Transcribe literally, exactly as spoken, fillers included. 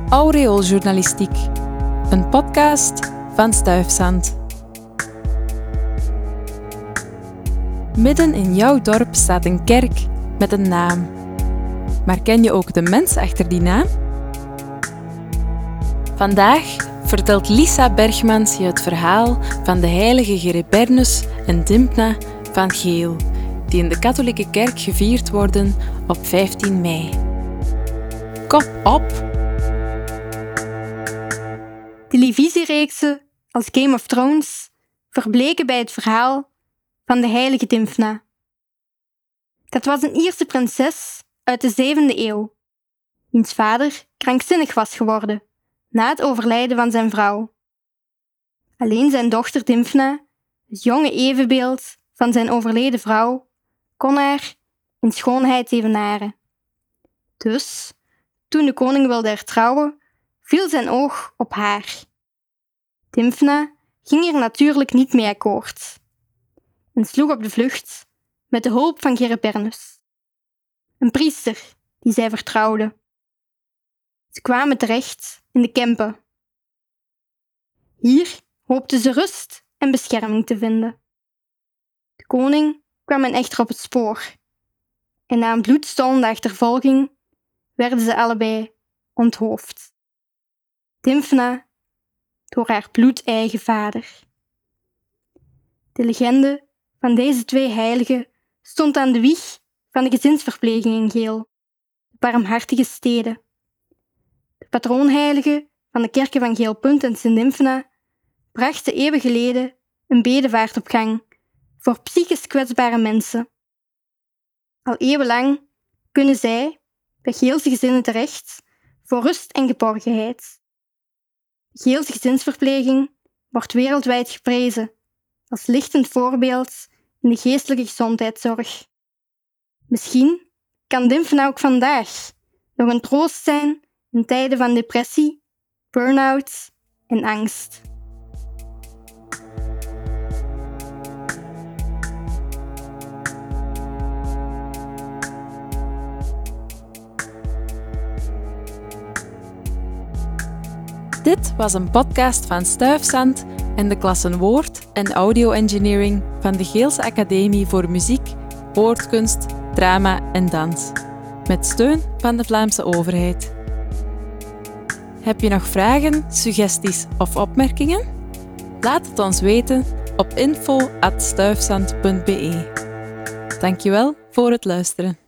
Aureooljournalistiek, een podcast van Stuifzand. Midden in jouw dorp staat een kerk met een naam. Maar ken je ook de mens achter die naam? Vandaag vertelt Lisa Bergmans je het verhaal van de heilige Gerebernus en Dimpna van Geel, die in de katholieke kerk gevierd worden op vijftien mei. Kom op! Televisiereeksen als Game of Thrones verbleken bij het verhaal van de heilige Dimpna. Dat was een Ierse prinses uit de zevende eeuw, wiens vader krankzinnig was geworden na het overlijden van zijn vrouw. Alleen zijn dochter Dimpna, het jonge evenbeeld van zijn overleden vrouw, kon haar in schoonheid evenaren. Dus, toen de koning wilde hertrouwen, viel zijn oog op haar. Dimpna ging hier natuurlijk niet mee akkoord en sloeg op de vlucht met de hulp van Gerebernus, een priester die zij vertrouwde. Ze kwamen terecht in de Kempen. Hier hoopten ze rust en bescherming te vinden. De koning kwam hen echter op het spoor en na een bloedstollende achtervolging werden ze allebei onthoofd. Dimpna door haar bloedeigen vader. De legende van deze twee heiligen stond aan de wieg van de gezinsverpleging in Geel, de barmhartige steden. De patroonheilige van de kerken van Geelpunt en Sint-Dimpna brachten eeuwen geleden een bedevaart op gang voor psychisch kwetsbare mensen. Al eeuwenlang kunnen zij bij Geelse gezinnen terecht voor rust en geborgenheid. De Geelse gezinsverpleging wordt wereldwijd geprezen als lichtend voorbeeld in de geestelijke gezondheidszorg. Misschien kan Dimpna ook vandaag nog een troost zijn in tijden van depressie, burn-out en angst. Dit was een podcast van Stuifzand en de klassen Woord en Audio Engineering van de Geelse Academie voor Muziek, Woordkunst, Drama en Dans, met steun van de Vlaamse overheid. Heb je nog vragen, suggesties of opmerkingen? Laat het ons weten op info at stuifzand punt be. Dankjewel voor het luisteren.